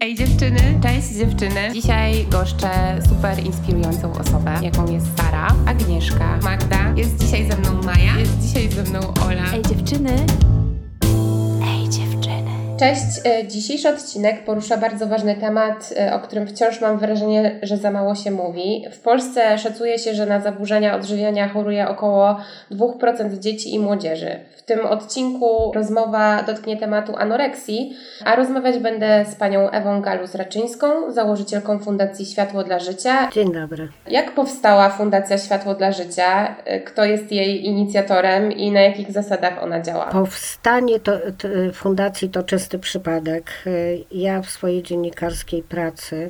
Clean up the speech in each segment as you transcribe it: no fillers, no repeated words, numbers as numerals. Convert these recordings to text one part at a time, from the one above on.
Ej dziewczyny, cześć dziewczyny. Dzisiaj goszczę super inspirującą osobę, jaką jest Sara, Agnieszka, Magda. Jest dzisiaj ze mną Maja, jest dzisiaj ze mną Ola. Ej dziewczyny. Ej dziewczyny. Cześć, dzisiejszy odcinek porusza bardzo ważny temat, o którym wciąż mam wrażenie, że za mało się mówi. W Polsce szacuje się, że na zaburzenia odżywiania choruje około 2% dzieci i młodzieży. W tym odcinku rozmowa dotknie tematu anoreksji, a rozmawiać będę z panią Ewą Galus-Raczyńską, założycielką Fundacji Światło dla Życia. Dzień dobry. Jak powstała Fundacja Światło dla Życia? Kto jest jej inicjatorem i na jakich zasadach ona działa? Powstanie fundacji to czysty przypadek. Ja w swojej dziennikarskiej pracy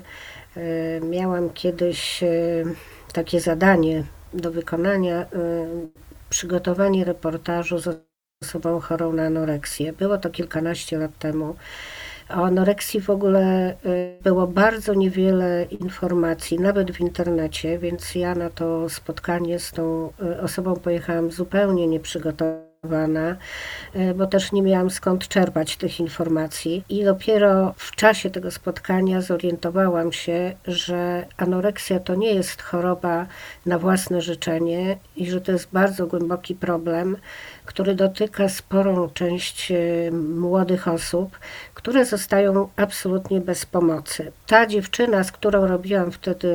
miałam kiedyś takie zadanie do wykonania, przygotowanie reportażu z osobą chorą na anoreksję. Było to kilkanaście lat temu. O anoreksji w ogóle było bardzo niewiele informacji, nawet w internecie, więc ja na to spotkanie z tą osobą pojechałam zupełnie nieprzygotowana, bo też nie miałam skąd czerpać tych informacji. I dopiero w czasie tego spotkania zorientowałam się, że anoreksja to nie jest choroba na własne życzenie i że to jest bardzo głęboki problem, który dotyka sporą część młodych osób, które zostają absolutnie bez pomocy. Ta dziewczyna, z którą robiłam wtedy,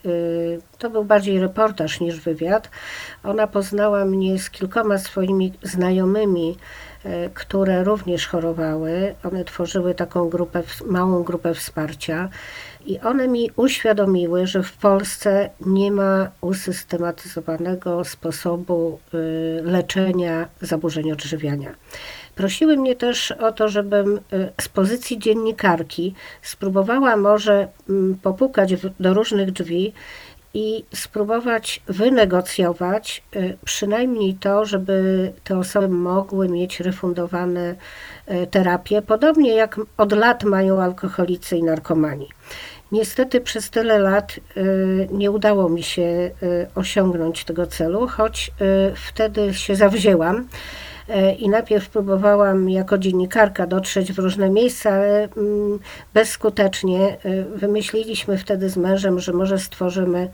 to był bardziej reportaż niż wywiad, ona poznała mnie z kilkoma swoimi znajomymi, które również chorowały. One tworzyły taką małą grupę wsparcia i one mi uświadomiły, że w Polsce nie ma usystematyzowanego sposobu leczenia zaburzeń odżywiania. Prosiły mnie też o to, żebym z pozycji dziennikarki spróbowała może popukać do różnych drzwi i spróbować wynegocjować przynajmniej to, żeby te osoby mogły mieć refundowane terapie, podobnie jak od lat mają alkoholicy i narkomani. Niestety przez tyle lat nie udało mi się osiągnąć tego celu, choć wtedy się zawzięłam. I najpierw próbowałam jako dziennikarka dotrzeć w różne miejsca, ale bezskutecznie. Wymyśliliśmy wtedy z mężem, że może stworzymy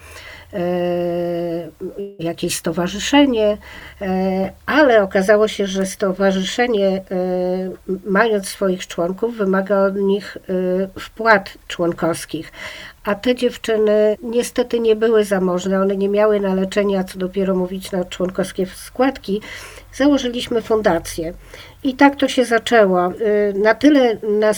jakieś stowarzyszenie, ale okazało się, że stowarzyszenie, mając swoich członków, wymaga od nich wpłat członkowskich. A te dziewczyny niestety nie były zamożne, one nie miały na leczenie, a co dopiero mówić na członkowskie składki. Założyliśmy fundację. I tak to się zaczęło. Na tyle nas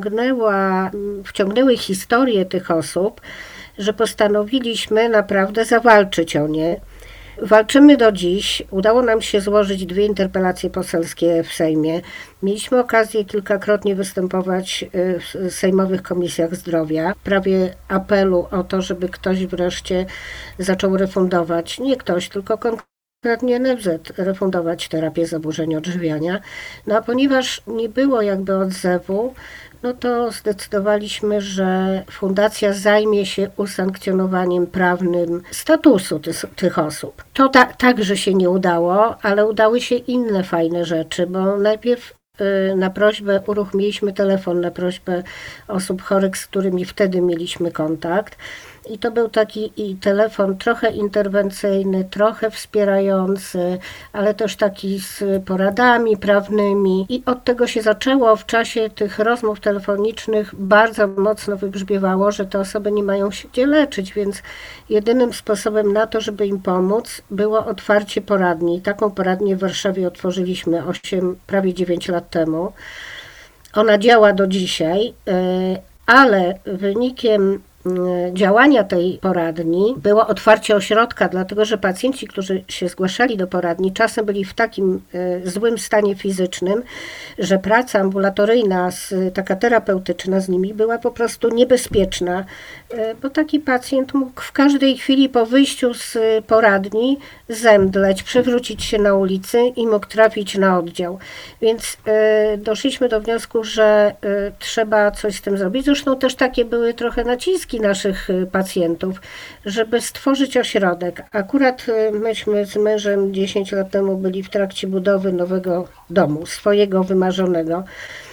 wciągnęły historie tych osób, że postanowiliśmy naprawdę zawalczyć o nie. Walczymy do dziś. Udało nam się złożyć 2 interpelacje poselskie w Sejmie. Mieliśmy okazję kilkakrotnie występować w sejmowych komisjach zdrowia w sprawie apelu o to, żeby ktoś wreszcie zaczął refundować, nie ktoś, tylko konkretnie NFZ, refundować terapię zaburzeń odżywiania. No a ponieważ nie było jakby odzewu, no to zdecydowaliśmy, że fundacja zajmie się usankcjonowaniem prawnym statusu tych osób. To także się nie udało, ale udały się inne fajne rzeczy, bo najpierw na prośbę uruchomiliśmy telefon, na prośbę osób chorych, z którymi wtedy mieliśmy kontakt. I to był taki telefon trochę interwencyjny, trochę wspierający, ale też taki z poradami prawnymi. I od tego się zaczęło. W czasie tych rozmów telefonicznych bardzo mocno wybrzmiewało, że te osoby nie mają się gdzie leczyć, więc jedynym sposobem na to, żeby im pomóc, było otwarcie poradni. Taką poradnię w Warszawie otworzyliśmy prawie 9 lat temu. Ona działa do dzisiaj, ale wynikiem działania tej poradni było otwarcie ośrodka, dlatego że pacjenci, którzy się zgłaszali do poradni, czasem byli w takim złym stanie fizycznym, że praca ambulatoryjna, taka terapeutyczna z nimi była po prostu niebezpieczna, bo taki pacjent mógł w każdej chwili po wyjściu z poradni zemdleć, przewrócić się na ulicy i mógł trafić na oddział. Więc doszliśmy do wniosku, że trzeba coś z tym zrobić. Zresztą też takie były trochę naciski naszych pacjentów, żeby stworzyć ośrodek. Akurat myśmy z mężem 10 lat temu byli w trakcie budowy nowego domu, swojego wymarzonego,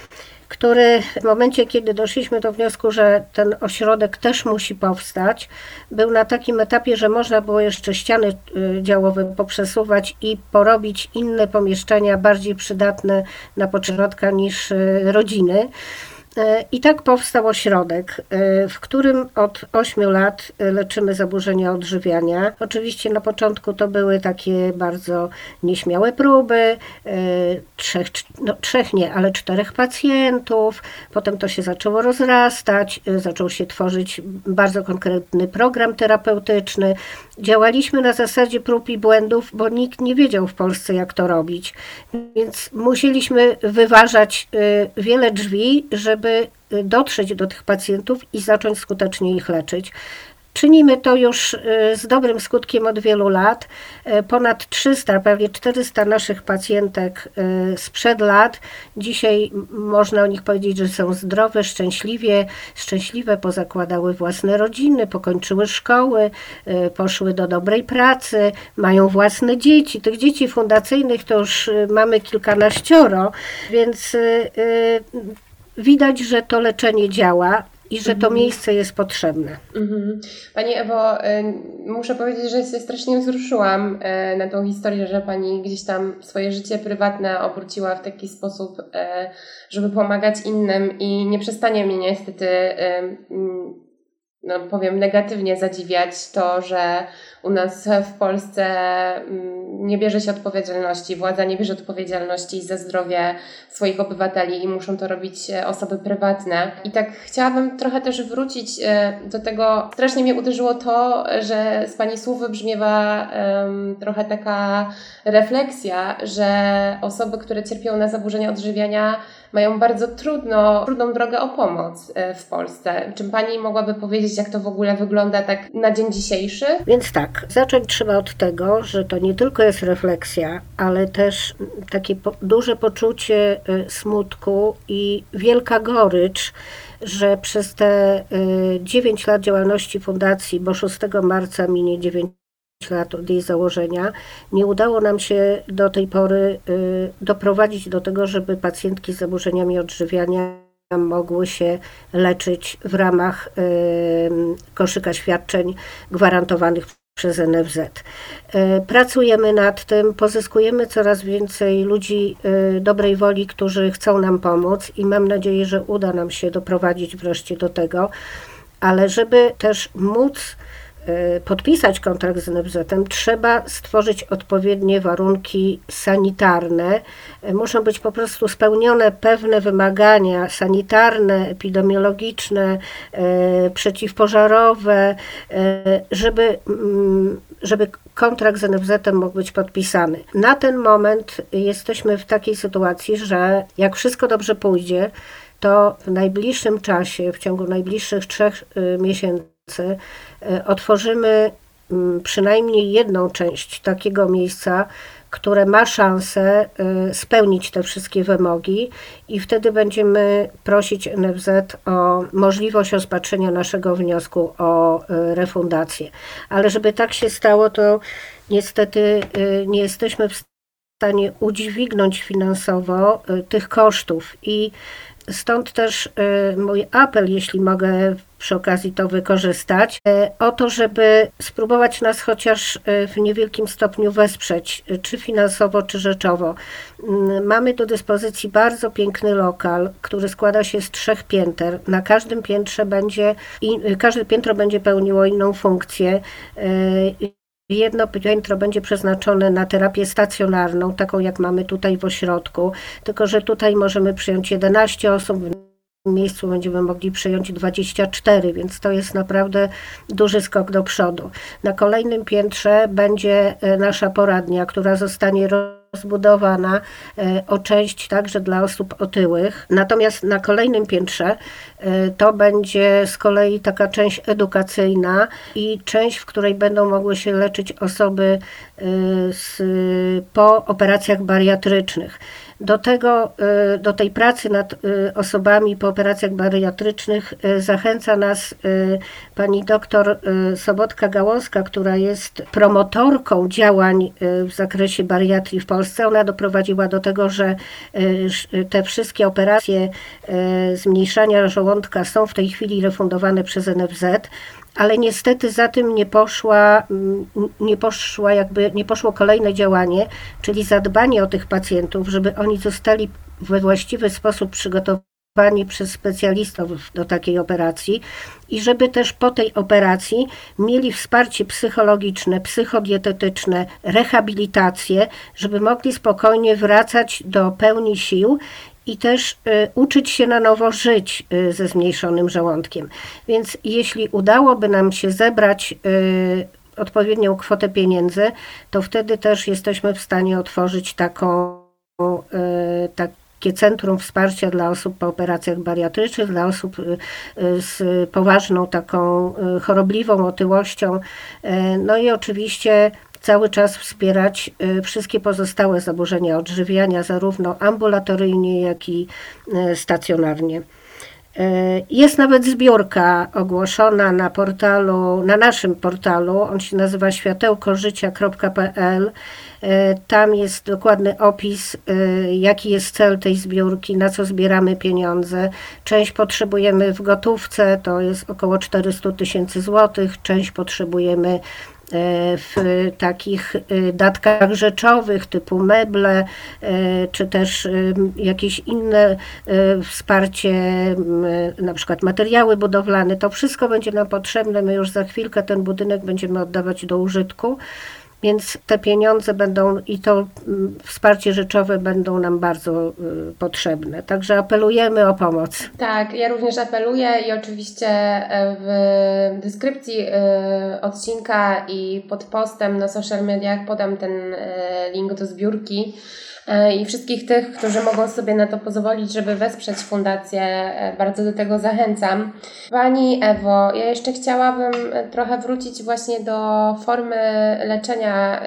który w momencie, kiedy doszliśmy do wniosku, że ten ośrodek też musi powstać, był na takim etapie, że można było jeszcze ściany działowe poprzesuwać i porobić inne pomieszczenia bardziej przydatne na potrzeby ośrodka niż rodziny. I tak powstał ośrodek, w którym od 8 lat leczymy zaburzenia odżywiania. Oczywiście na początku to były takie bardzo nieśmiałe próby, trzech nie, ale 4 pacjentów. Potem to się zaczęło rozrastać, zaczął się tworzyć bardzo konkretny program terapeutyczny. Działaliśmy na zasadzie prób i błędów, bo nikt nie wiedział w Polsce, jak to robić. Więc musieliśmy wyważać wiele drzwi, żeby dotrzeć do tych pacjentów i zacząć skutecznie ich leczyć. Czynimy to już z dobrym skutkiem od wielu lat. Ponad 300, prawie 400 naszych pacjentek sprzed lat. Dzisiaj można o nich powiedzieć, że są zdrowe, szczęśliwe, pozakładały własne rodziny, pokończyły szkoły, poszły do dobrej pracy, mają własne dzieci. Tych dzieci fundacyjnych to już mamy kilkanaścioro, więc widać, że to leczenie działa i że to miejsce jest potrzebne. Pani Ewo, muszę powiedzieć, że się strasznie wzruszyłam na tą historię, że Pani gdzieś tam swoje życie prywatne obróciła w taki sposób, żeby pomagać innym i nie przestanie mnie niestety, powiem negatywnie, zadziwiać to, że u nas w Polsce nie bierze się odpowiedzialności, władza nie bierze odpowiedzialności za zdrowie swoich obywateli i muszą to robić osoby prywatne. I tak chciałabym trochę też wrócić do tego, strasznie mnie uderzyło to, że z Pani słów wybrzmiewa trochę taka refleksja, że osoby, które cierpią na zaburzenia odżywiania, mają bardzo trudną drogę o pomoc w Polsce. Czy Pani mogłaby powiedzieć, jak to w ogóle wygląda tak na dzień dzisiejszy? Więc tak, zacząć trzeba od tego, że to nie tylko jest refleksja, ale też takie duże poczucie smutku i wielka gorycz, że przez te 9 lat działalności fundacji, bo 6 marca minie 9 lat od jej założenia, nie udało nam się do tej pory doprowadzić do tego, żeby pacjentki z zaburzeniami odżywiania mogły się leczyć w ramach koszyka świadczeń gwarantowanych przez NFZ. Pracujemy nad tym, pozyskujemy coraz więcej ludzi dobrej woli, którzy chcą nam pomóc i mam nadzieję, że uda nam się doprowadzić wreszcie do tego, ale żeby też móc podpisać kontrakt z NFZ-em, trzeba stworzyć odpowiednie warunki sanitarne. Muszą być po prostu spełnione pewne wymagania sanitarne, epidemiologiczne, przeciwpożarowe, żeby kontrakt z NFZ-em mógł być podpisany. Na ten moment jesteśmy w takiej sytuacji, że jak wszystko dobrze pójdzie, to w najbliższym czasie, w ciągu najbliższych 3 miesięcy otworzymy przynajmniej jedną część takiego miejsca, które ma szansę spełnić te wszystkie wymogi i wtedy będziemy prosić NFZ o możliwość rozpatrzenia naszego wniosku o refundację. Ale żeby tak się stało, to niestety nie jesteśmy w stanie udźwignąć finansowo tych kosztów i stąd też mój apel, jeśli mogę przy okazji to wykorzystać, o to, żeby spróbować nas chociaż w niewielkim stopniu wesprzeć, czy finansowo, czy rzeczowo. Mamy do dyspozycji bardzo piękny lokal, który składa się z 3 pięter. Na każdym piętrze każde piętro będzie pełniło inną funkcję. Jedno piętro będzie przeznaczone na terapię stacjonarną, taką jak mamy tutaj w ośrodku, tylko że tutaj możemy przyjąć 11 osób, w miejscu będziemy mogli przyjąć 24, więc to jest naprawdę duży skok do przodu. Na kolejnym piętrze będzie nasza poradnia, która zostanie rozbudowana o część także dla osób otyłych. Natomiast na kolejnym piętrze to będzie z kolei taka część edukacyjna i część, w której będą mogły się leczyć osoby po operacjach bariatrycznych. Do tej pracy nad osobami po operacjach bariatrycznych zachęca nas pani doktor Sobotka-Gałązka, która jest promotorką działań w zakresie bariatrii w Polsce. Ona doprowadziła do tego, że te wszystkie operacje zmniejszania żołądka są w tej chwili refundowane przez NFZ, ale niestety za tym nie poszło kolejne działanie, czyli zadbanie o tych pacjentów, żeby oni zostali we właściwy sposób przygotowani przez specjalistów do takiej operacji i żeby też po tej operacji mieli wsparcie psychologiczne, psychodietetyczne, rehabilitację, żeby mogli spokojnie wracać do pełni sił i też uczyć się na nowo żyć ze zmniejszonym żołądkiem. Więc jeśli udałoby nam się zebrać odpowiednią kwotę pieniędzy, to wtedy też jesteśmy w stanie otworzyć takie centrum wsparcia dla osób po operacjach bariatrycznych, dla osób z poważną taką chorobliwą otyłością. No i oczywiście cały czas wspierać wszystkie pozostałe zaburzenia odżywiania, zarówno ambulatoryjnie, jak i stacjonarnie. Jest nawet zbiórka ogłoszona na naszym portalu, on się nazywa światełkożycia.pl. Tam jest dokładny opis, jaki jest cel tej zbiórki, na co zbieramy pieniądze. Część potrzebujemy w gotówce, to jest około 400 000 złotych, część potrzebujemy w takich datkach rzeczowych typu meble, czy też jakieś inne wsparcie, na przykład materiały budowlane. To wszystko będzie nam potrzebne. My już za chwilkę ten budynek będziemy oddawać do użytku. Więc te pieniądze i to wsparcie rzeczowe będą nam bardzo potrzebne. Także apelujemy o pomoc. Tak, ja również apeluję i oczywiście w deskrypcji odcinka i pod postem na social mediach podam ten link do zbiórki. I wszystkich tych, którzy mogą sobie na to pozwolić, żeby wesprzeć fundację, bardzo do tego zachęcam. Pani Ewo, ja jeszcze chciałabym trochę wrócić właśnie do formy leczenia,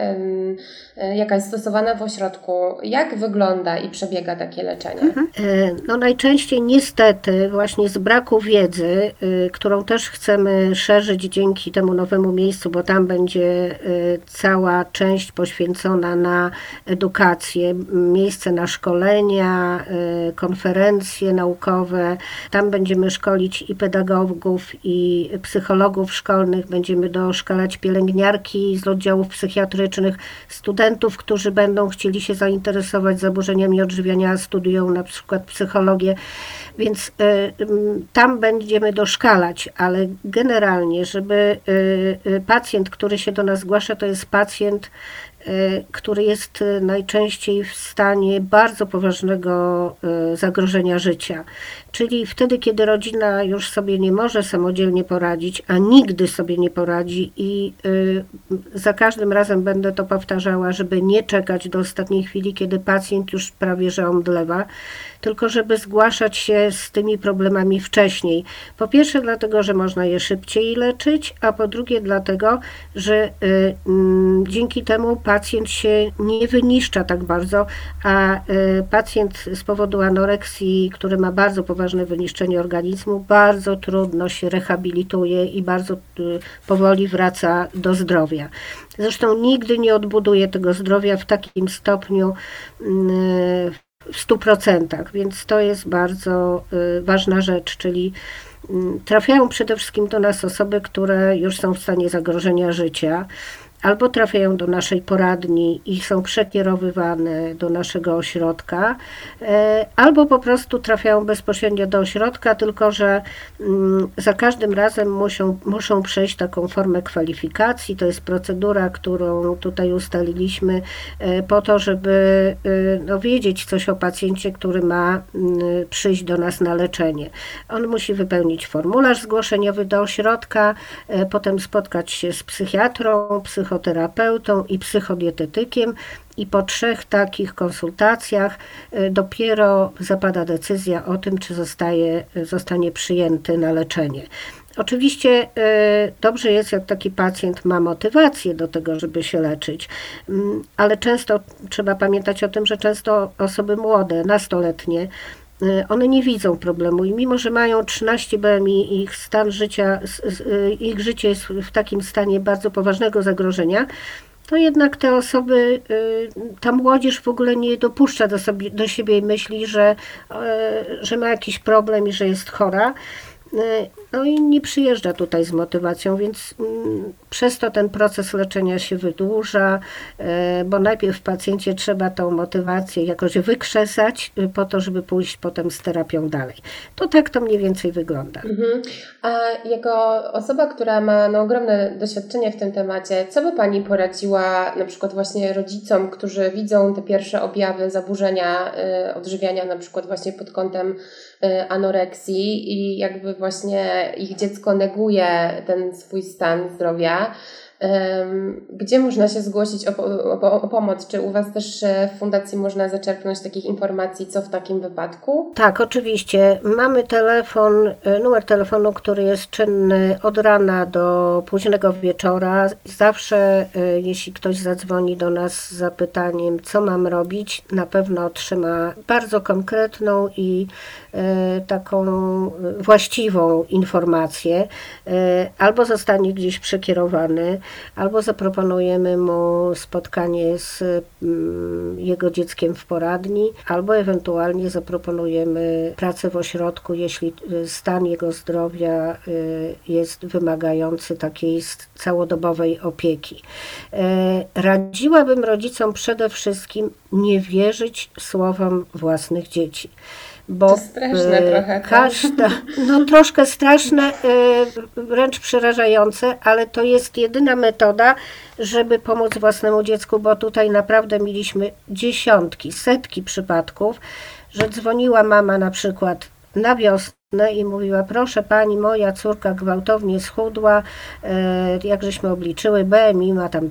jaka jest stosowana w ośrodku. Jak wygląda i przebiega takie leczenie? No najczęściej niestety właśnie z braku wiedzy, którą też chcemy szerzyć dzięki temu nowemu miejscu, bo tam będzie cała część poświęcona na edukację, miejsce na szkolenia, konferencje naukowe. Tam będziemy szkolić i pedagogów, i psychologów szkolnych, będziemy doszkalać pielęgniarki z oddziałów psychiatrycznych, studentów, którzy będą chcieli się zainteresować zaburzeniami odżywiania, studiują na przykład psychologię, więc tam będziemy doszkalać, ale generalnie, żeby pacjent, który się do nas zgłasza, to jest pacjent, który jest najczęściej w stanie bardzo poważnego zagrożenia życia. Czyli wtedy, kiedy rodzina już sobie nie może samodzielnie poradzić, a nigdy sobie nie poradzi i za każdym razem będę to powtarzała, żeby nie czekać do ostatniej chwili, kiedy pacjent już prawie że omdlewa, tylko żeby zgłaszać się z tymi problemami wcześniej. Po pierwsze dlatego, że można je szybciej leczyć, a po drugie dlatego, że dzięki temu pacjent się nie wyniszcza tak bardzo, a pacjent z powodu anoreksji, który ma bardzo poważne wyniszczenie organizmu, bardzo trudno się rehabilituje i bardzo powoli wraca do zdrowia. Zresztą nigdy nie odbuduje tego zdrowia w takim stopniu w 100%, więc to jest bardzo ważna rzecz, czyli trafiają przede wszystkim do nas osoby, które już są w stanie zagrożenia życia, albo trafiają do naszej poradni i są przekierowywane do naszego ośrodka, albo po prostu trafiają bezpośrednio do ośrodka, tylko że za każdym razem muszą przejść taką formę kwalifikacji. To jest procedura, którą tutaj ustaliliśmy po to, żeby wiedzieć coś o pacjencie, który ma przyjść do nas na leczenie. On musi wypełnić formularz zgłoszeniowy do ośrodka, potem spotkać się z psychiatrą, psychoterapeutą i psychodietetykiem i po 3 takich konsultacjach dopiero zapada decyzja o tym, czy zostanie przyjęty na leczenie. Oczywiście dobrze jest, jak taki pacjent ma motywację do tego, żeby się leczyć, ale często trzeba pamiętać o tym, że często osoby młode, nastoletnie, one nie widzą problemu i mimo, że mają 13 BMI i ich stan życia, ich życie jest w takim stanie bardzo poważnego zagrożenia, to jednak te osoby, ta młodzież w ogóle nie dopuszcza do siebie myśli, że ma jakiś problem i że jest chora. No i nie przyjeżdża tutaj z motywacją, więc przez to ten proces leczenia się wydłuża, bo najpierw w pacjencie trzeba tą motywację jakoś wykrzesać po to, żeby pójść potem z terapią dalej. To tak to mniej więcej wygląda. A jako osoba, która ma ogromne doświadczenie w tym temacie, co by Pani poradziła na przykład właśnie rodzicom, którzy widzą te pierwsze objawy zaburzenia odżywiania, na przykład właśnie pod kątem anoreksji i jakby właśnie ich dziecko neguje ten swój stan zdrowia? Gdzie można się zgłosić o pomoc? Czy u Was też w fundacji można zaczerpnąć takich informacji, co w takim wypadku? Tak, oczywiście. Mamy numer telefonu, który jest czynny od rana do późnego wieczora. Zawsze, jeśli ktoś zadzwoni do nas z zapytaniem, co mam robić, na pewno otrzyma bardzo konkretną i taką właściwą informację. Albo zostanie gdzieś przekierowany, albo zaproponujemy mu spotkanie z jego dzieckiem w poradni, albo ewentualnie zaproponujemy pracę w ośrodku, jeśli stan jego zdrowia jest wymagający takiej całodobowej opieki. Radziłabym rodzicom przede wszystkim nie wierzyć słowom własnych dzieci. Bo to straszne trochę. Troszkę straszne, wręcz przerażające, ale to jest jedyna metoda, żeby pomóc własnemu dziecku, bo tutaj naprawdę mieliśmy dziesiątki, setki przypadków, że dzwoniła mama na przykład na wiosnę i mówiła: proszę pani, moja córka gwałtownie schudła, jak żeśmy obliczyły, BMI ma tam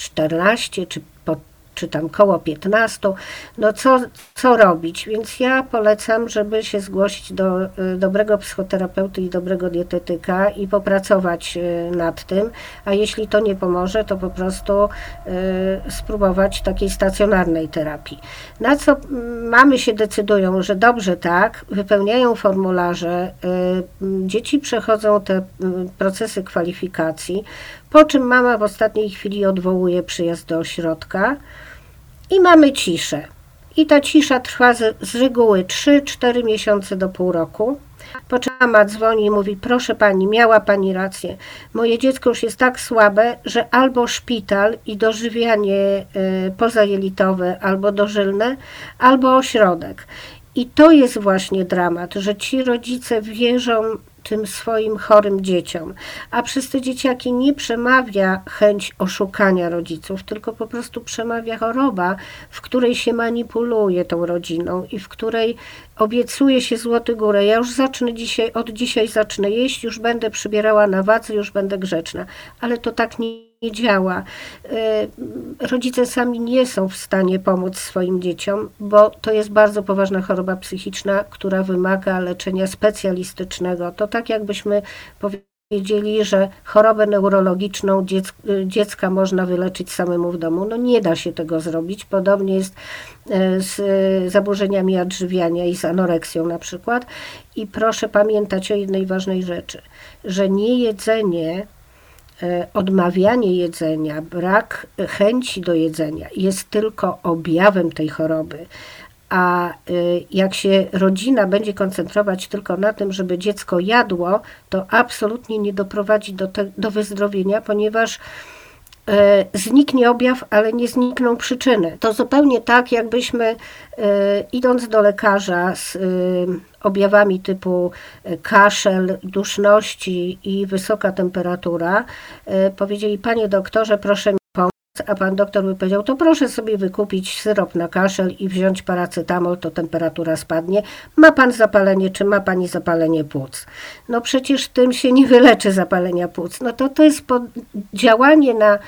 14 czy tam koło 15, no co robić? Więc ja polecam, żeby się zgłosić do dobrego psychoterapeuty i dobrego dietetyka i popracować nad tym, a jeśli to nie pomoże, to po prostu spróbować takiej stacjonarnej terapii. Na co mamy się decydują, że dobrze tak, wypełniają formularze, dzieci przechodzą te procesy kwalifikacji, po czym mama w ostatniej chwili odwołuje przyjazd do ośrodka i mamy ciszę. I ta cisza trwa z reguły 3-4 miesiące do pół roku. Po czym mama dzwoni i mówi: proszę pani, miała pani rację. Moje dziecko już jest tak słabe, że albo szpital i dożywianie pozajelitowe, albo dożylne, albo ośrodek. I to jest właśnie dramat, że ci rodzice wierzą tym swoim chorym dzieciom, a przez te dzieciaki nie przemawia chęć oszukania rodziców, tylko po prostu przemawia choroba, w której się manipuluje tą rodziną i w której obiecuje się złoty górę. Ja już od dzisiaj zacznę jeść, już będę przybierała na wadze, już będę grzeczna, ale to tak nie działa. Rodzice sami nie są w stanie pomóc swoim dzieciom, bo to jest bardzo poważna choroba psychiczna, która wymaga leczenia specjalistycznego. To tak jakbyśmy powiedzieli, że chorobę neurologiczną dziecka można wyleczyć samemu w domu. No nie da się tego zrobić. Podobnie jest z zaburzeniami odżywiania i z anoreksją na przykład. I proszę pamiętać o jednej ważnej rzeczy, że niejedzenie, odmawianie jedzenia, brak chęci do jedzenia jest tylko objawem tej choroby. A jak się rodzina będzie koncentrować tylko na tym, żeby dziecko jadło, to absolutnie nie doprowadzi do wyzdrowienia, ponieważ zniknie objaw, ale nie znikną przyczyny. To zupełnie tak, jakbyśmy idąc do lekarza z objawami typu kaszel, duszności i wysoka temperatura, powiedzieli: panie doktorze, proszę mi pomóc, a pan doktor by powiedział: to proszę sobie wykupić syrop na kaszel i wziąć paracetamol, to temperatura spadnie. Ma pan zapalenie, czy ma pani zapalenie płuc? No przecież tym się nie wyleczy zapalenia płuc. No to jest działanie na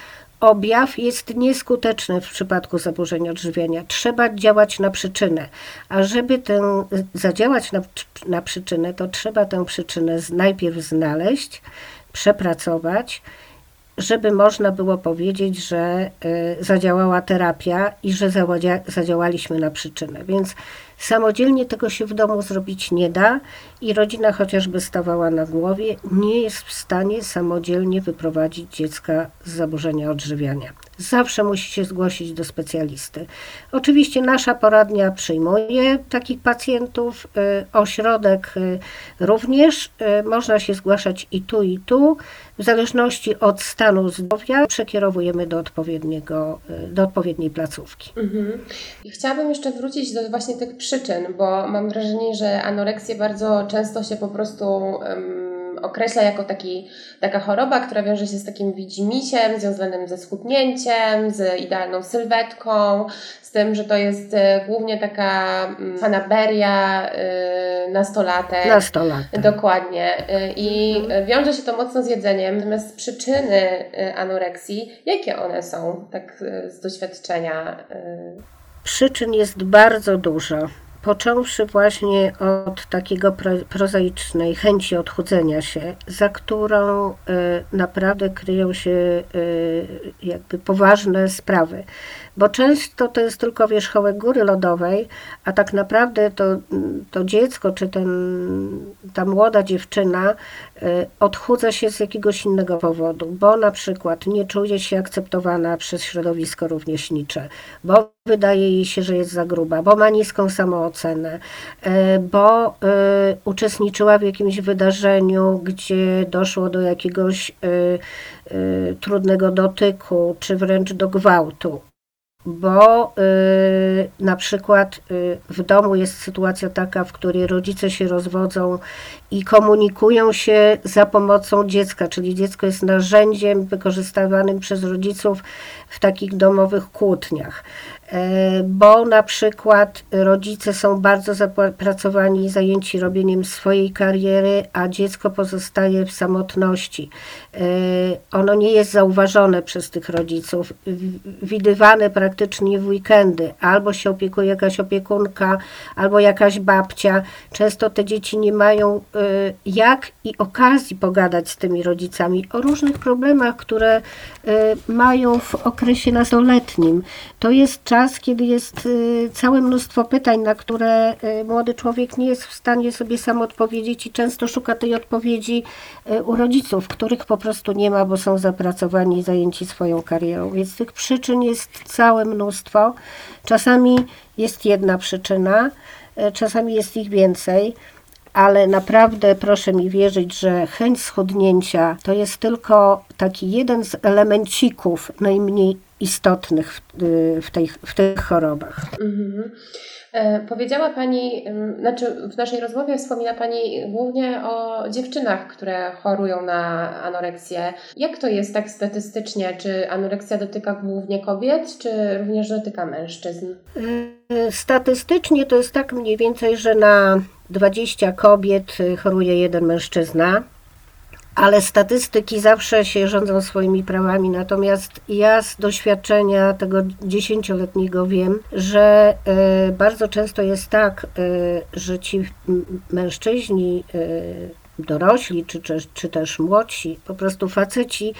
objaw jest nieskuteczny w przypadku zaburzeń odżywiania. Trzeba działać na przyczynę, a żeby zadziałać na przyczynę, to trzeba tę przyczynę najpierw znaleźć, przepracować, żeby można było powiedzieć, że zadziałała terapia i że zadziałaliśmy na przyczynę. Więc samodzielnie tego się w domu zrobić nie da i rodzina chociażby stawała na głowie, nie jest w stanie samodzielnie wyprowadzić dziecka z zaburzenia odżywiania. Zawsze musi się zgłosić do specjalisty. Oczywiście nasza poradnia przyjmuje takich pacjentów, ośrodek również. Można się zgłaszać i tu. W zależności od stanu zdrowia przekierowujemy do odpowiedniej placówki. Chciałabym jeszcze wrócić do właśnie tych przyczyn, bo mam wrażenie, że anoreksję bardzo często się po prostu określa jako taka choroba, która wiąże się z takim widzimisiem związanym ze schudnięciem, z idealną sylwetką, z tym, że to jest głównie taka fanaberia nastolatek. Dokładnie. I wiąże się to mocno z jedzeniem. Natomiast przyczyny anoreksji, jakie one są, tak z doświadczenia? Przyczyn jest bardzo dużo. Począwszy właśnie od takiego prozaicznej chęci odchudzenia się, za którą naprawdę kryją się jakby poważne sprawy. Bo często to jest tylko wierzchołek góry lodowej, a tak naprawdę to dziecko czy ta młoda dziewczyna odchudza się z jakiegoś innego powodu, bo na przykład nie czuje się akceptowana przez środowisko rówieśnicze, bo wydaje jej się, że jest za gruba, bo ma niską samoocenę, bo uczestniczyła w jakimś wydarzeniu, gdzie doszło do jakiegoś trudnego dotyku, czy wręcz do gwałtu. Bo na przykład w domu jest sytuacja taka, w której rodzice się rozwodzą i komunikują się za pomocą dziecka, czyli dziecko jest narzędziem wykorzystywanym przez rodziców w takich domowych kłótniach. Bo na przykład rodzice są bardzo zapracowani i zajęci robieniem swojej kariery, a dziecko pozostaje w samotności. Ono nie jest zauważone przez tych rodziców, widywane praktycznie w weekendy. Albo się opiekuje jakaś opiekunka, albo jakaś babcia. Często te dzieci nie mają jak i okazji pogadać z tymi rodzicami o różnych problemach, które mają w okresie nastoletnim. To jest czas, kiedy jest całe mnóstwo pytań, na które młody człowiek nie jest w stanie sobie sam odpowiedzieć i często szuka tej odpowiedzi u rodziców, których po prostu nie ma, bo są zapracowani i zajęci swoją karierą. Więc tych przyczyn jest całe mnóstwo. Czasami jest jedna przyczyna, czasami jest ich więcej, ale naprawdę proszę mi wierzyć, że chęć schudnięcia to jest tylko taki jeden z elemencików najmniej istotnych w tych chorobach. Powiedziała Pani, w naszej rozmowie wspomina Pani głównie o dziewczynach, które chorują na anoreksję. Jak to jest tak statystycznie? Czy anoreksja dotyka głównie kobiet, czy również dotyka mężczyzn? Statystycznie to jest tak mniej więcej, że na 20 kobiet choruje jeden mężczyzna. Ale statystyki zawsze się rządzą swoimi prawami, natomiast ja z doświadczenia tego 10-letniego wiem, że bardzo często jest tak, że ci mężczyźni, dorośli czy też młodsi, po prostu faceci,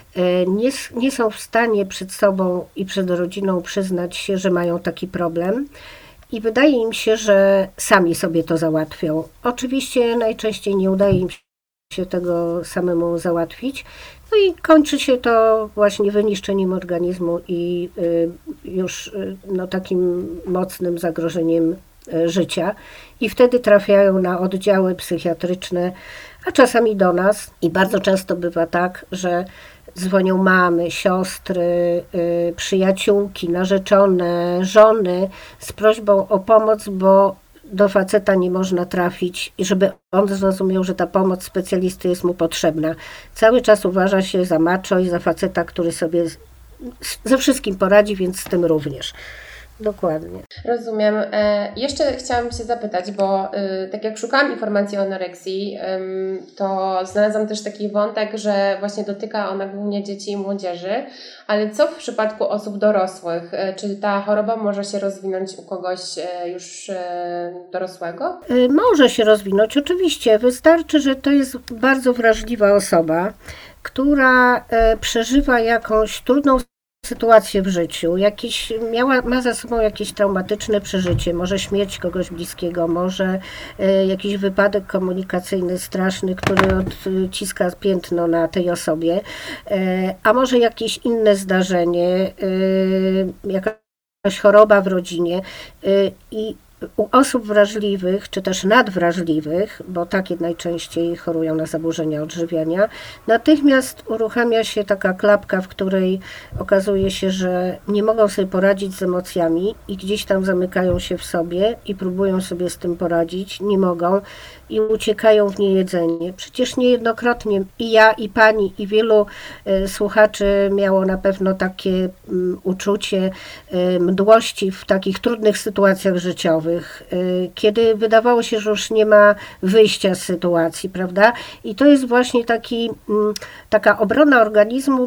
nie są w stanie przed sobą i przed rodziną przyznać się, że mają taki problem. I wydaje im się, że sami sobie to załatwią. Oczywiście najczęściej nie udaje im się tego samemu załatwić. No i kończy się to właśnie wyniszczeniem organizmu i już takim mocnym zagrożeniem życia. I wtedy trafiają na oddziały psychiatryczne, a czasami do nas. I bardzo często bywa tak, że dzwonią mamy, siostry, przyjaciółki, narzeczone, żony z prośbą o pomoc, bo do faceta nie można trafić i żeby on zrozumiał, że ta pomoc specjalisty jest mu potrzebna. Cały czas uważa się za macho i za faceta, który sobie ze wszystkim poradzi, więc z tym również. Dokładnie. Rozumiem. Jeszcze chciałam się zapytać, bo tak jak szukałam informacji o anoreksji, to znalazłam też taki wątek, że właśnie dotyka ona głównie dzieci i młodzieży, ale co w przypadku osób dorosłych? Czy ta choroba może się rozwinąć u kogoś już dorosłego? Może się rozwinąć, oczywiście. Wystarczy, że to jest bardzo wrażliwa osoba, która przeżywa jakąś trudną sytuację w życiu, ma za sobą jakieś traumatyczne przeżycie, może śmierć kogoś bliskiego, może jakiś wypadek komunikacyjny straszny, który odciska piętno na tej osobie, a może jakieś inne zdarzenie, jakaś choroba w rodzinie i u osób wrażliwych, czy też nadwrażliwych, bo takie najczęściej chorują na zaburzenia odżywiania, natychmiast uruchamia się taka klapka, w której okazuje się, że nie mogą sobie poradzić z emocjami i gdzieś tam zamykają się w sobie i próbują sobie z tym poradzić, nie mogą i uciekają w niejedzenie. Przecież niejednokrotnie i ja, i pani, i wielu słuchaczy miało na pewno takie uczucie mdłości w takich trudnych sytuacjach życiowych, kiedy wydawało się, że już nie ma wyjścia z sytuacji, prawda? I to jest właśnie taka obrona organizmu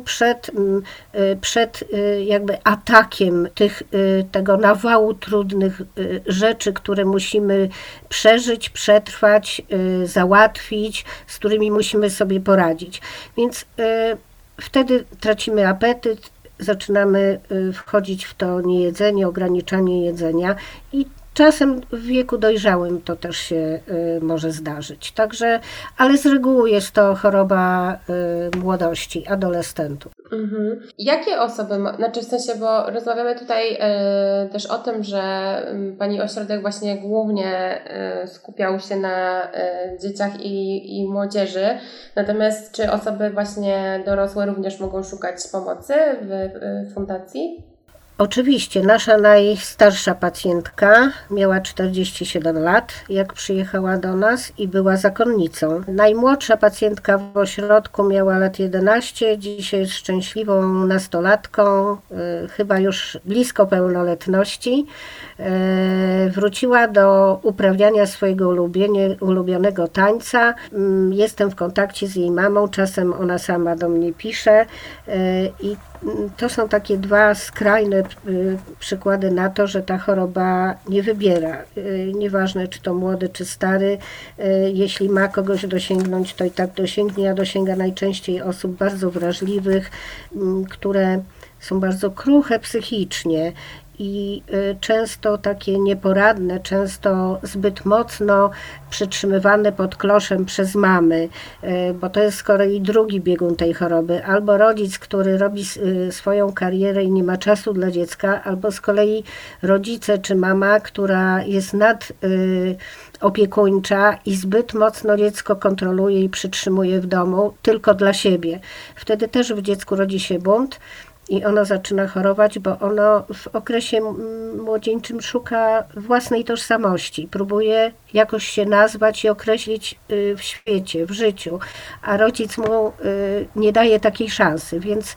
przed jakby atakiem tego nawału trudnych rzeczy, które musimy przeżyć, przetrwać, załatwić, z którymi musimy sobie poradzić. Więc wtedy tracimy apetyt, zaczynamy wchodzić w to niejedzenie, ograniczanie jedzenia i czasem w wieku dojrzałym to też się może zdarzyć. Także, ale z reguły jest to choroba młodości, adolescentów. Mhm. Jakie osoby, znaczy w sensie, bo rozmawiamy tutaj też o tym, że Pani ośrodek właśnie głównie skupiał się na dzieciach i młodzieży, natomiast czy osoby właśnie dorosłe również mogą szukać pomocy w fundacji? Oczywiście, nasza najstarsza pacjentka miała 47 lat, jak przyjechała do nas i była zakonnicą. Najmłodsza pacjentka w ośrodku miała lat 11, dzisiaj jest szczęśliwą nastolatką, chyba już blisko pełnoletności. Wróciła do uprawiania swojego ulubionego tańca. Jestem w kontakcie z jej mamą, czasem ona sama do mnie pisze i to są takie dwa skrajne przykłady na to, że ta choroba nie wybiera. Nieważne, czy to młody, czy stary. Jeśli ma kogoś dosięgnąć, to i tak dosięgnie, a dosięga najczęściej osób bardzo wrażliwych, które są bardzo kruche psychicznie i często takie nieporadne, często zbyt mocno przytrzymywane pod kloszem przez mamy, bo to jest z kolei drugi biegun tej choroby. Albo rodzic, który robi swoją karierę i nie ma czasu dla dziecka, albo z kolei rodzice czy mama, która jest nadopiekuńcza i zbyt mocno dziecko kontroluje i przytrzymuje w domu tylko dla siebie. Wtedy też w dziecku rodzi się bunt. I ono zaczyna chorować, bo ono w okresie młodzieńczym szuka własnej tożsamości. Próbuje jakoś się nazwać i określić w świecie, w życiu, a rodzic mu nie daje takiej szansy, więc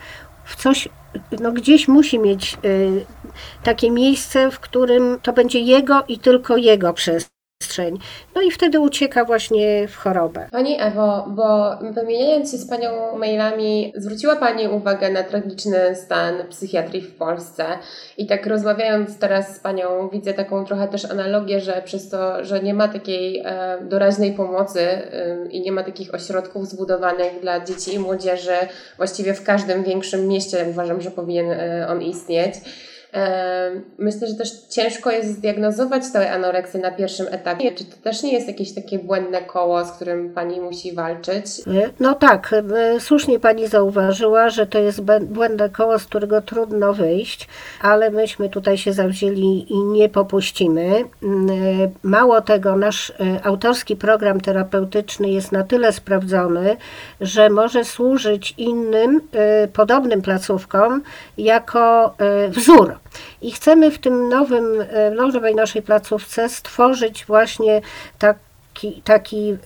gdzieś musi mieć takie miejsce, w którym to będzie jego i tylko jego przestrzeń. No i wtedy ucieka właśnie w chorobę. Pani Ewo, bo wymieniając się z Panią mailami, zwróciła Pani uwagę na tragiczny stan psychiatrii w Polsce i tak rozmawiając teraz z Panią widzę taką trochę też analogię, że przez to, że nie ma takiej doraźnej pomocy i nie ma takich ośrodków zbudowanych dla dzieci i młodzieży właściwie w każdym większym mieście, uważam, że powinien on istnieć. Myślę, że też ciężko jest zdiagnozować tę anoreksję na pierwszym etapie. Czy to też nie jest jakieś takie błędne koło, z którym Pani musi walczyć? No tak, słusznie Pani zauważyła, że to jest błędne koło, z którego trudno wyjść, ale myśmy tutaj się zawzięli i nie popuścimy. Mało tego, nasz autorski program terapeutyczny jest na tyle sprawdzony, że może służyć innym podobnym placówkom jako wzór. I chcemy w tym nowej naszej placówce stworzyć właśnie taki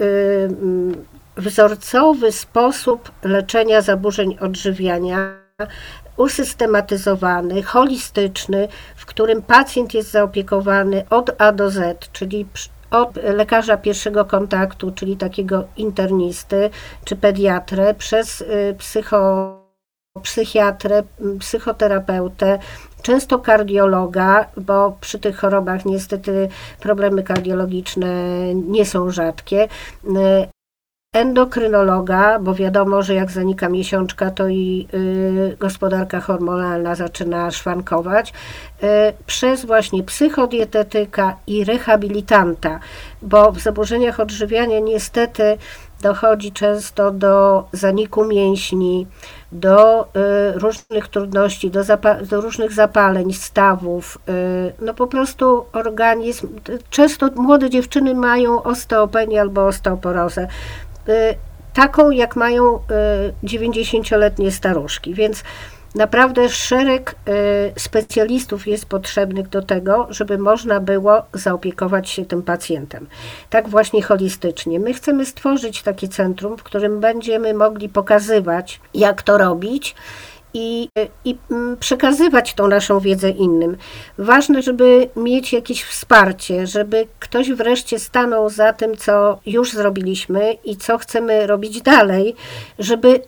wzorcowy sposób leczenia zaburzeń odżywiania, usystematyzowany, holistyczny, w którym pacjent jest zaopiekowany od A do Z, czyli od lekarza pierwszego kontaktu, czyli takiego internisty czy pediatrę, przez psychiatrę, psychoterapeutę, często kardiologa, bo przy tych chorobach niestety problemy kardiologiczne nie są rzadkie, endokrynologa, bo wiadomo, że jak zanika miesiączka, to i gospodarka hormonalna zaczyna szwankować, przez właśnie psychodietetyka i rehabilitanta, bo w zaburzeniach odżywiania niestety dochodzi często do zaniku mięśni, do różnych trudności, do różnych zapaleń, stawów. No po prostu organizm, często młode dziewczyny mają osteopenię albo osteoporozę, taką jak mają 90-letnie staruszki, więc naprawdę szereg specjalistów jest potrzebnych do tego, żeby można było zaopiekować się tym pacjentem. Tak właśnie holistycznie. My chcemy stworzyć takie centrum, w którym będziemy mogli pokazywać, jak to robić i przekazywać tą naszą wiedzę innym. Ważne, żeby mieć jakieś wsparcie, żeby ktoś wreszcie stanął za tym, co już zrobiliśmy i co chcemy robić dalej, żeby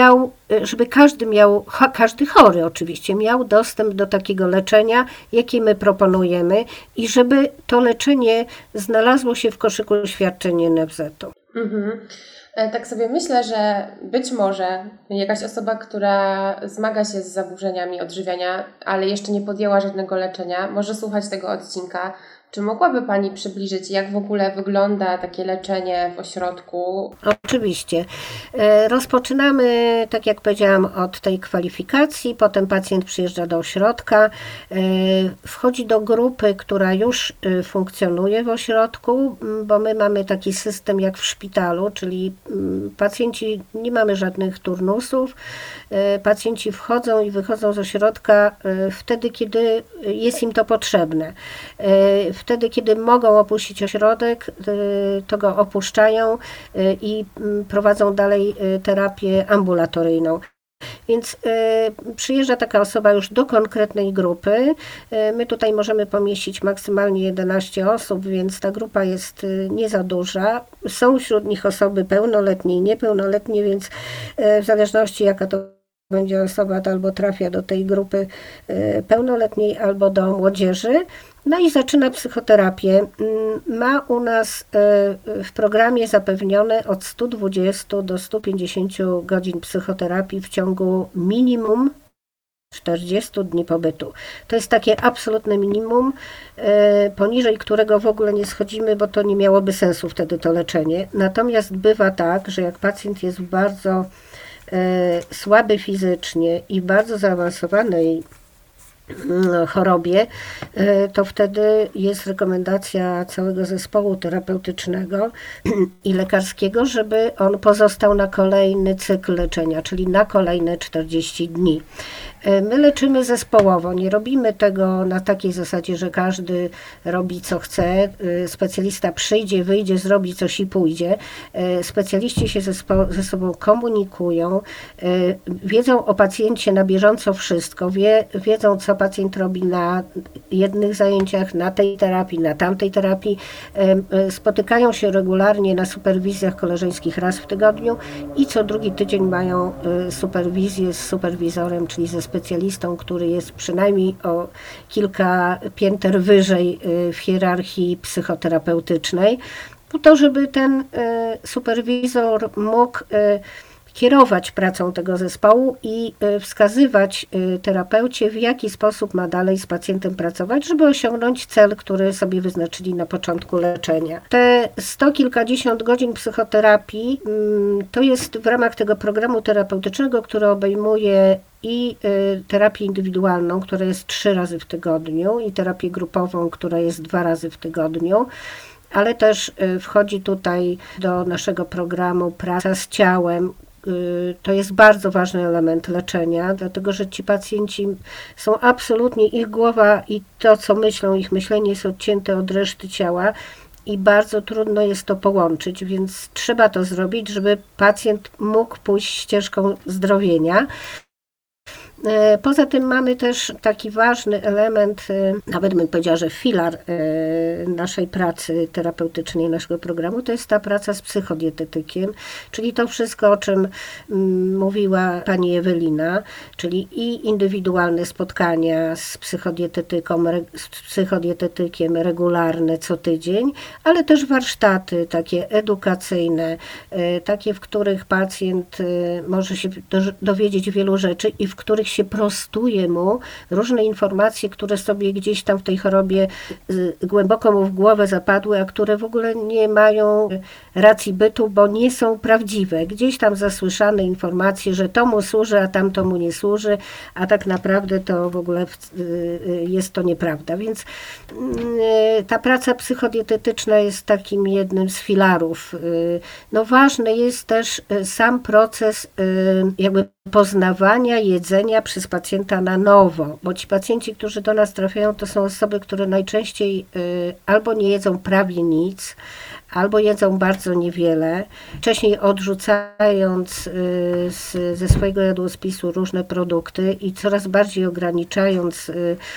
każdy chory oczywiście miał dostęp do takiego leczenia, jakie my proponujemy i żeby to leczenie znalazło się w koszyku świadczeń NFZ-u. Tak sobie myślę, że być może jakaś osoba, która zmaga się z zaburzeniami odżywiania, ale jeszcze nie podjęła żadnego leczenia, może słuchać tego odcinka. Czy mogłaby Pani przybliżyć, jak w ogóle wygląda takie leczenie w ośrodku? Oczywiście. Rozpoczynamy, tak jak powiedziałam, od tej kwalifikacji, potem pacjent przyjeżdża do ośrodka, wchodzi do grupy, która już funkcjonuje w ośrodku, bo my mamy taki system jak w szpitalu, czyli pacjenci, nie mamy żadnych turnusów, pacjenci wchodzą i wychodzą z ośrodka wtedy, kiedy jest im to potrzebne. Wtedy, kiedy mogą opuścić ośrodek, to go opuszczają i prowadzą dalej terapię ambulatoryjną. Więc przyjeżdża taka osoba już do konkretnej grupy. My tutaj możemy pomieścić maksymalnie 11 osób, więc ta grupa jest nie za duża. Są wśród nich osoby pełnoletnie i niepełnoletnie, więc w zależności jaka to będzie osoba, to albo trafia do tej grupy pełnoletniej, albo do młodzieży. No i zaczyna psychoterapię. Ma u nas w programie zapewnione od 120 do 150 godzin psychoterapii w ciągu minimum 40 dni pobytu. To jest takie absolutne minimum, poniżej którego w ogóle nie schodzimy, bo to nie miałoby sensu wtedy to leczenie. Natomiast bywa tak, że jak pacjent jest bardzo słaby fizycznie i w bardzo zaawansowanej chorobie, to wtedy jest rekomendacja całego zespołu terapeutycznego i lekarskiego, żeby on pozostał na kolejny cykl leczenia, czyli na kolejne 40 dni. My leczymy zespołowo, nie robimy tego na takiej zasadzie, że każdy robi co chce, specjalista przyjdzie, wyjdzie, zrobi coś i pójdzie. Specjaliści się ze sobą komunikują, wiedzą o pacjencie na bieżąco wszystko, wiedzą co pacjent robi na jednych zajęciach, na tej terapii, na tamtej terapii. Spotykają się regularnie na superwizjach koleżeńskich raz w tygodniu i co drugi tydzień mają superwizję z superwizorem, czyli ze specjalistą, który jest przynajmniej o kilka pięter wyżej w hierarchii psychoterapeutycznej, po to, żeby ten superwizor mógł kierować pracą tego zespołu i wskazywać terapeucie, w jaki sposób ma dalej z pacjentem pracować, żeby osiągnąć cel, który sobie wyznaczyli na początku leczenia. Te 100 kilkadziesiąt godzin psychoterapii to jest w ramach tego programu terapeutycznego, który obejmuje i terapię indywidualną, która jest 3 razy w tygodniu, i terapię grupową, która jest 2 razy w tygodniu, ale też wchodzi tutaj do naszego programu praca z ciałem. To jest bardzo ważny element leczenia, dlatego że ci pacjenci są absolutnie, ich głowa i to, co myślą, ich myślenie jest odcięte od reszty ciała i bardzo trudno jest to połączyć, więc trzeba to zrobić, żeby pacjent mógł pójść ścieżką zdrowienia. Poza tym mamy też taki ważny element, nawet bym powiedziała, że filar naszej pracy terapeutycznej, naszego programu, to jest ta praca z psychodietetykiem, czyli to wszystko, o czym mówiła pani Ewelina, czyli i indywidualne spotkania z psychodietetykiem regularne co tydzień, ale też warsztaty takie edukacyjne, takie, w których pacjent może się dowiedzieć wielu rzeczy i w których się prostuje mu różne informacje, które sobie gdzieś tam w tej chorobie głęboko mu w głowę zapadły, a które w ogóle nie mają racji bytu, bo nie są prawdziwe. Gdzieś tam zasłyszane informacje, że to mu służy, a tamto mu nie służy, a tak naprawdę to w ogóle jest to nieprawda. Więc ta praca psychodietetyczna jest takim jednym z filarów. No ważny jest też sam proces jakby poznawania jedzenia przez pacjenta na nowo, bo ci pacjenci, którzy do nas trafiają, to są osoby, które najczęściej albo nie jedzą prawie nic, albo jedzą bardzo niewiele, wcześniej odrzucając ze swojego jadłospisu różne produkty i coraz bardziej ograniczając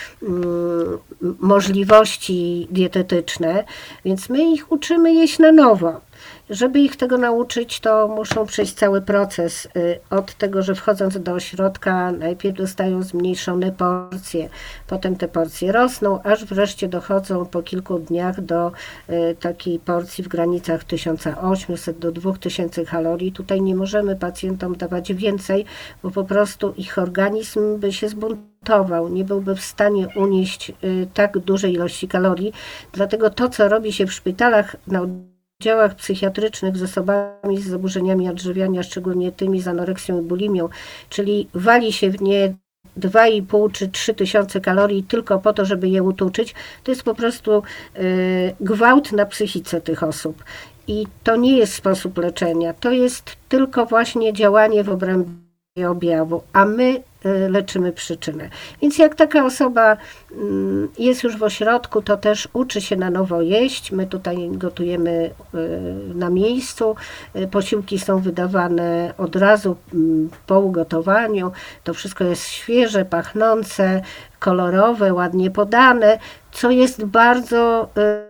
możliwości dietetyczne, więc my ich uczymy jeść na nowo. Żeby ich tego nauczyć, to muszą przejść cały proces od tego, że wchodząc do ośrodka najpierw dostają zmniejszone porcje, potem te porcje rosną, aż wreszcie dochodzą po kilku dniach do takiej porcji w granicach 1800 do 2000 kalorii. Tutaj nie możemy pacjentom dawać więcej, bo po prostu ich organizm by się zbuntował, nie byłby w stanie unieść tak dużej ilości kalorii. Dlatego to, co robi się w szpitalach na oddziałach psychiatrycznych z osobami z zaburzeniami odżywiania, szczególnie tymi z anoreksją i bulimią, czyli wali się w nie 2,5 czy 3 tysiące kalorii tylko po to, żeby je utuczyć, to jest po prostu gwałt na psychice tych osób. I to nie jest sposób leczenia, to jest tylko właśnie działanie w obrębie objawu, a my leczymy przyczynę. Więc jak taka osoba jest już w ośrodku, to też uczy się na nowo jeść. My tutaj gotujemy na miejscu. Posiłki są wydawane od razu po ugotowaniu. To wszystko jest świeże, pachnące, kolorowe, ładnie podane, co jest bardzo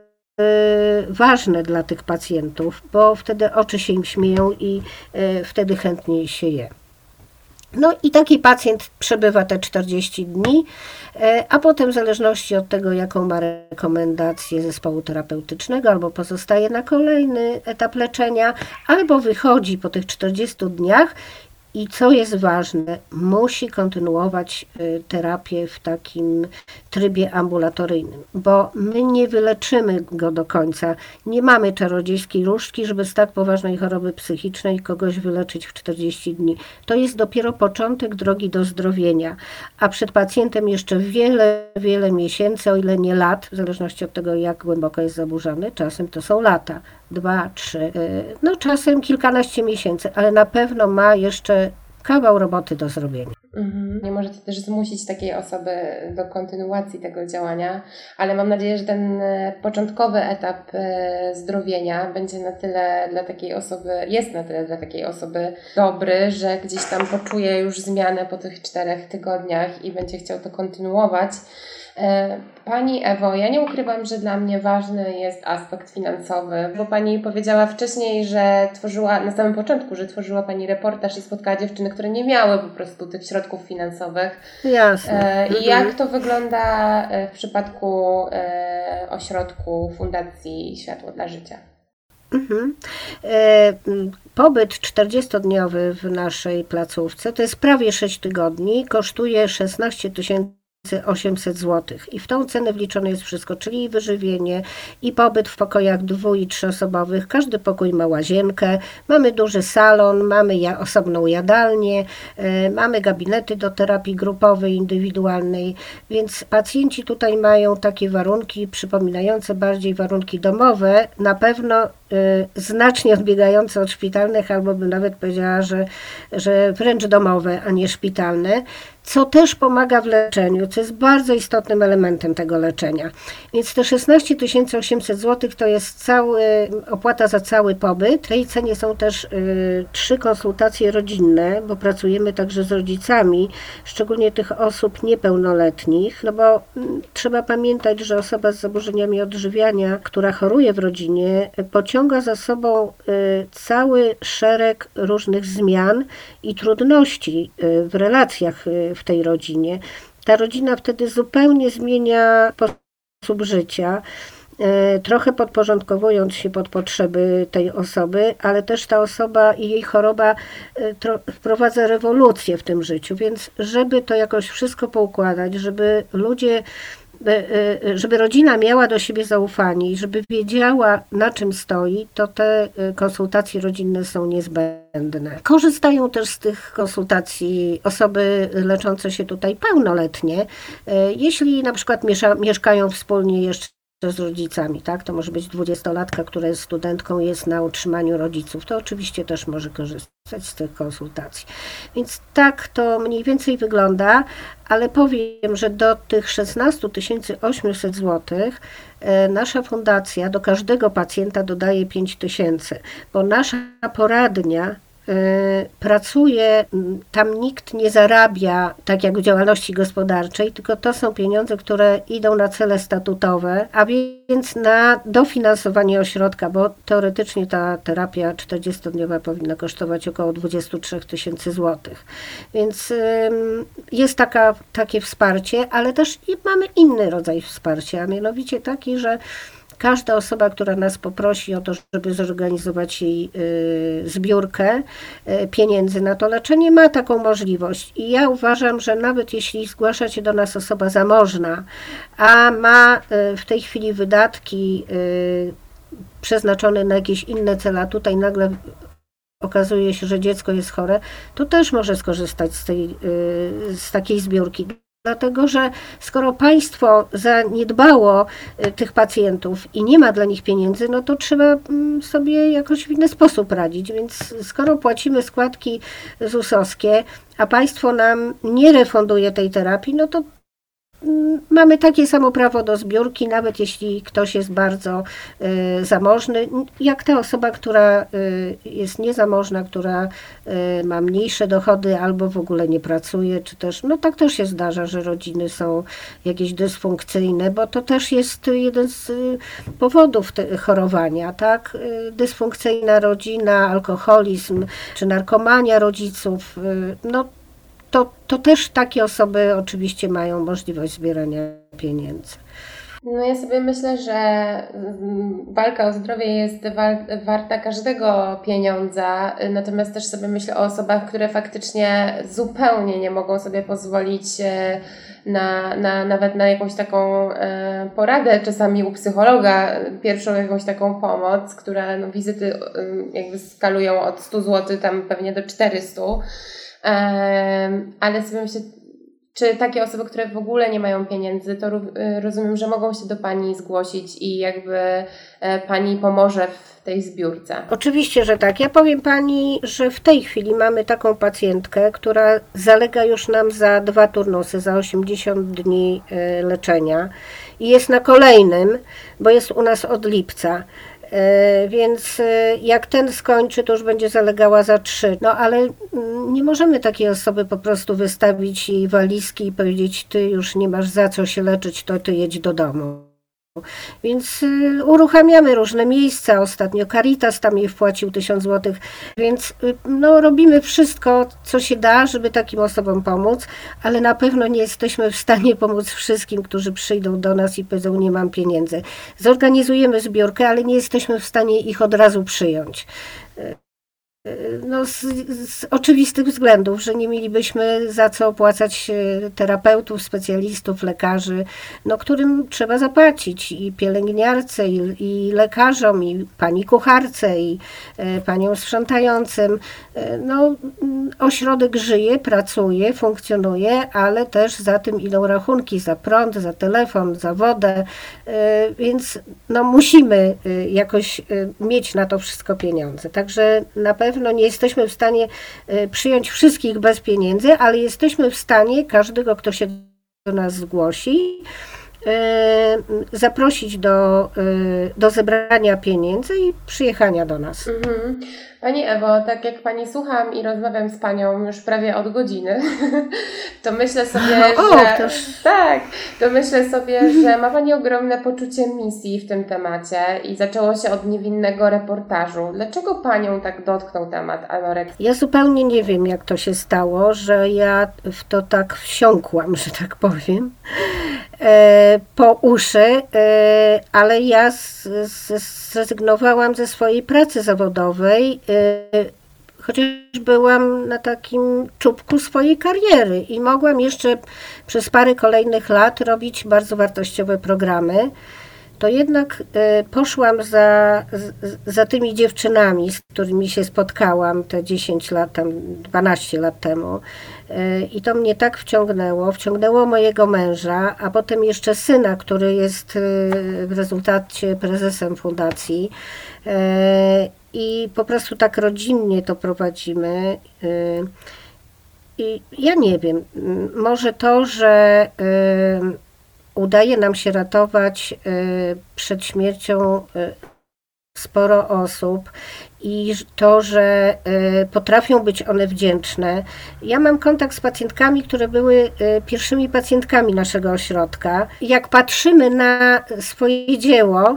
ważne dla tych pacjentów, bo wtedy oczy się im śmieją i wtedy chętniej się je. No i taki pacjent przebywa te 40 dni, a potem w zależności od tego, jaką ma rekomendację zespołu terapeutycznego, albo pozostaje na kolejny etap leczenia, albo wychodzi po tych 40 dniach i co jest ważne, musi kontynuować terapię w takim trybie ambulatoryjnym, bo my nie wyleczymy go do końca. Nie mamy czarodziejskiej różdżki, żeby z tak poważnej choroby psychicznej kogoś wyleczyć w 40 dni. To jest dopiero początek drogi do zdrowienia, a przed pacjentem jeszcze wiele, wiele miesięcy, o ile nie lat, w zależności od tego, jak głęboko jest zaburzony, czasem to są lata, 2, 3, no czasem kilkanaście miesięcy, ale na pewno ma jeszcze kawał roboty do zrobienia. Nie możecie też zmusić takiej osoby do kontynuacji tego działania, ale mam nadzieję, że ten początkowy etap zdrowienia będzie na tyle dla takiej osoby, jest na tyle dla takiej osoby dobry, że gdzieś tam poczuje już zmianę po tych 4 tygodniach i będzie chciał to kontynuować. Pani Ewo, ja nie ukrywam, że dla mnie ważny jest aspekt finansowy, bo Pani powiedziała wcześniej, że tworzyła, na samym początku, że tworzyła Pani reportaż i spotkała dziewczyny, które nie miały po prostu tych środków finansowych. Jasne. I jak to wygląda w przypadku ośrodku Fundacji Światło dla Życia? Pobyt 40-dniowy w naszej placówce to jest prawie 6 tygodni, kosztuje 16 800 zł. I w tą cenę wliczone jest wszystko, czyli wyżywienie i pobyt w pokojach 2- i 3-osobowych. Każdy pokój ma łazienkę, mamy duży salon, mamy osobną jadalnię, mamy gabinety do terapii grupowej, indywidualnej, więc pacjenci tutaj mają takie warunki przypominające bardziej warunki domowe, na pewno znacznie odbiegające od szpitalnych, albo bym nawet powiedziała, że wręcz domowe, a nie szpitalne. co też pomaga w leczeniu, co jest bardzo istotnym elementem tego leczenia. Więc te 16 800 zł to jest opłata za cały pobyt. W tej cenie są też 3 konsultacje rodzinne, bo pracujemy także z rodzicami, szczególnie tych osób niepełnoletnich, no bo trzeba pamiętać, że osoba z zaburzeniami odżywiania, która choruje w rodzinie, pociąga za sobą cały szereg różnych zmian i trudności w relacjach w tej rodzinie. Ta rodzina wtedy zupełnie zmienia sposób życia, trochę podporządkowując się pod potrzeby tej osoby, ale też ta osoba i jej choroba wprowadza rewolucję w tym życiu, więc żeby to jakoś wszystko poukładać, żeby rodzina miała do siebie zaufanie i żeby wiedziała, na czym stoi, to te konsultacje rodzinne są niezbędne. Korzystają też z tych konsultacji osoby leczące się tutaj pełnoletnie, jeśli na przykład mieszkają wspólnie jeszcze z rodzicami, tak? To może być 20-latka, która jest studentką, jest na utrzymaniu rodziców, to oczywiście też może korzystać z tych konsultacji. Więc tak to mniej więcej wygląda, ale powiem, że do tych 16 800 zł nasza fundacja do każdego pacjenta dodaje 5 000, bo nasza poradnia pracuje, tam nikt nie zarabia tak jak w działalności gospodarczej, tylko to są pieniądze, które idą na cele statutowe, a więc na dofinansowanie ośrodka, bo teoretycznie ta terapia 40-dniowa powinna kosztować około 23 000 złotych. Więc jest takie wsparcie, ale też mamy inny rodzaj wsparcia, a mianowicie taki, że każda osoba, która nas poprosi o to, żeby zorganizować jej zbiórkę pieniędzy na to leczenie, ma taką możliwość. I ja uważam, że nawet jeśli zgłasza się do nas osoba zamożna, a ma w tej chwili wydatki przeznaczone na jakieś inne cele, a tutaj nagle okazuje się, że dziecko jest chore, to też może skorzystać z takiej zbiórki. Dlatego, że skoro państwo zaniedbało tych pacjentów i nie ma dla nich pieniędzy, no to trzeba sobie jakoś w inny sposób radzić. Więc skoro płacimy składki ZUS-owskie, a państwo nam nie refunduje tej terapii, no to mamy takie samo prawo do zbiórki, nawet jeśli ktoś jest bardzo zamożny, jak ta osoba, która jest niezamożna, która ma mniejsze dochody albo w ogóle nie pracuje, czy też, no tak też się zdarza, że rodziny są jakieś dysfunkcyjne, bo to też jest jeden z powodów chorowania, tak? Dysfunkcyjna rodzina, alkoholizm, czy narkomania rodziców, no to też takie osoby oczywiście mają możliwość zbierania pieniędzy. No ja sobie myślę, że walka o zdrowie jest warta każdego pieniądza, natomiast też sobie myślę o osobach, które faktycznie zupełnie nie mogą sobie pozwolić nawet na jakąś taką poradę, czasami u psychologa, pierwszą jakąś taką pomoc, która wizyty jakby skalują od 100 zł tam pewnie do 400. Ale sobie myślę, czy takie osoby, które w ogóle nie mają pieniędzy, to rozumiem, że mogą się do Pani zgłosić i jakby Pani pomoże w tej zbiórce. Oczywiście, że tak. Ja powiem Pani, że w tej chwili mamy taką pacjentkę, która zalega już nam za 2 turnusy, za 80 dni leczenia i jest na kolejnym, bo jest u nas od lipca. Więc jak ten skończy, to już będzie zalegała za 3. No ale nie możemy takiej osoby po prostu wystawić jej walizki i powiedzieć, ty już nie masz za co się leczyć, to ty jedź do domu. Więc uruchamiamy różne miejsca. Ostatnio Caritas tam jej wpłacił 1000 zł, więc no, robimy wszystko, co się da, żeby takim osobom pomóc, ale na pewno nie jesteśmy w stanie pomóc wszystkim, którzy przyjdą do nas i powiedzą, nie mam pieniędzy. Zorganizujemy zbiórkę, ale nie jesteśmy w stanie ich od razu przyjąć. No, z oczywistych względów, że nie mielibyśmy za co opłacać terapeutów, specjalistów, lekarzy, no, którym trzeba zapłacić i pielęgniarce, i lekarzom, i pani kucharce, i paniom sprzątającym. No, ośrodek żyje, pracuje, funkcjonuje, ale też za tym idą rachunki za prąd, za telefon, za wodę, więc no, musimy jakoś mieć na to wszystko pieniądze. Także na pewno pewno nie jesteśmy w stanie przyjąć wszystkich bez pieniędzy, ale jesteśmy w stanie każdego, kto się do nas zgłosi, zaprosić do zebrania pieniędzy i przyjechania do nas. Pani Ewo, tak jak Pani słucham i rozmawiam z Panią już prawie od godziny, to myślę sobie, to myślę sobie, że ma Pani ogromne poczucie misji w tym temacie i zaczęło się od niewinnego reportażu. Dlaczego Panią tak dotknął temat anoreksji? Ja zupełnie nie wiem, jak to się stało, że ja w to tak wsiąkłam, że tak powiem, po uszy, ale ja zrezygnowałam ze swojej pracy zawodowej, chociaż byłam na takim czubku swojej kariery i mogłam jeszcze przez parę kolejnych lat robić bardzo wartościowe programy. To jednak poszłam za tymi dziewczynami, z którymi się spotkałam te 10 lat, 12 lat temu. I to mnie tak wciągnęło mojego męża, a potem jeszcze syna, który jest w rezultacie prezesem fundacji. I po prostu tak rodzinnie to prowadzimy. I ja nie wiem, może to, że udaje nam się ratować przed śmiercią sporo osób i to, że potrafią być one wdzięczne. Ja mam kontakt z pacjentkami, które były pierwszymi pacjentkami naszego ośrodka. Jak patrzymy na swoje dzieło,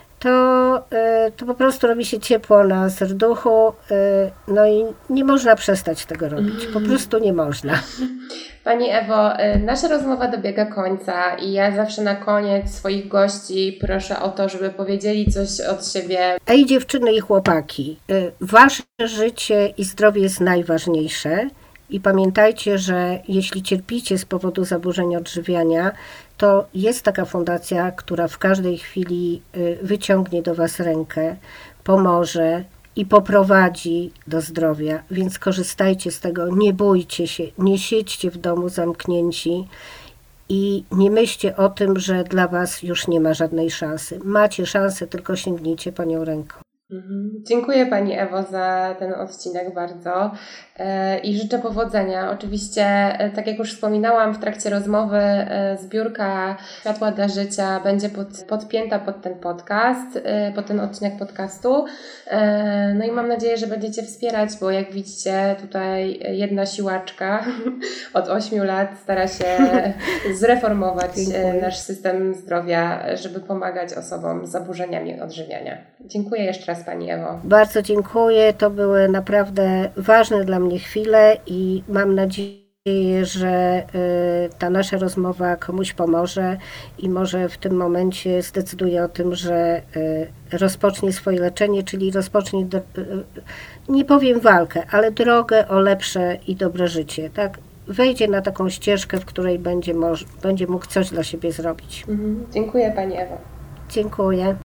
to po prostu robi się ciepło na serduchu, no i nie można przestać tego robić, po prostu nie można. Pani Ewo, nasza rozmowa dobiega końca i ja zawsze na koniec swoich gości proszę o to, żeby powiedzieli coś od siebie. Ej, dziewczyny i chłopaki, wasze życie i zdrowie jest najważniejsze i pamiętajcie, że jeśli cierpicie z powodu zaburzeń odżywiania, to jest taka fundacja, która w każdej chwili wyciągnie do was rękę, pomoże i poprowadzi do zdrowia, więc korzystajcie z tego, nie bójcie się, nie siedźcie w domu zamknięci i nie myślcie o tym, że dla was już nie ma żadnej szansy. Macie szansę, tylko sięgnijcie po nią ręką. Dziękuję Pani Ewo za ten odcinek bardzo i życzę powodzenia. Oczywiście, tak jak już wspominałam w trakcie rozmowy, zbiórka Światła dla Życia będzie podpięta pod ten podcast, pod ten odcinek podcastu. No i mam nadzieję, że będziecie wspierać, bo jak widzicie tutaj jedna siłaczka od 8 lat stara się zreformować nasz system zdrowia, żeby pomagać osobom z zaburzeniami odżywiania. Dziękuję jeszcze raz Pani Ewo. Bardzo dziękuję. To były naprawdę ważne dla mnie chwile i mam nadzieję, że ta nasza rozmowa komuś pomoże i może w tym momencie zdecyduje o tym, że rozpocznie swoje leczenie, czyli rozpocznie, nie powiem walkę, ale drogę o lepsze i dobre życie. Tak? Wejdzie na taką ścieżkę, w której będzie mógł coś dla siebie zrobić. Dziękuję Pani Ewo. Dziękuję.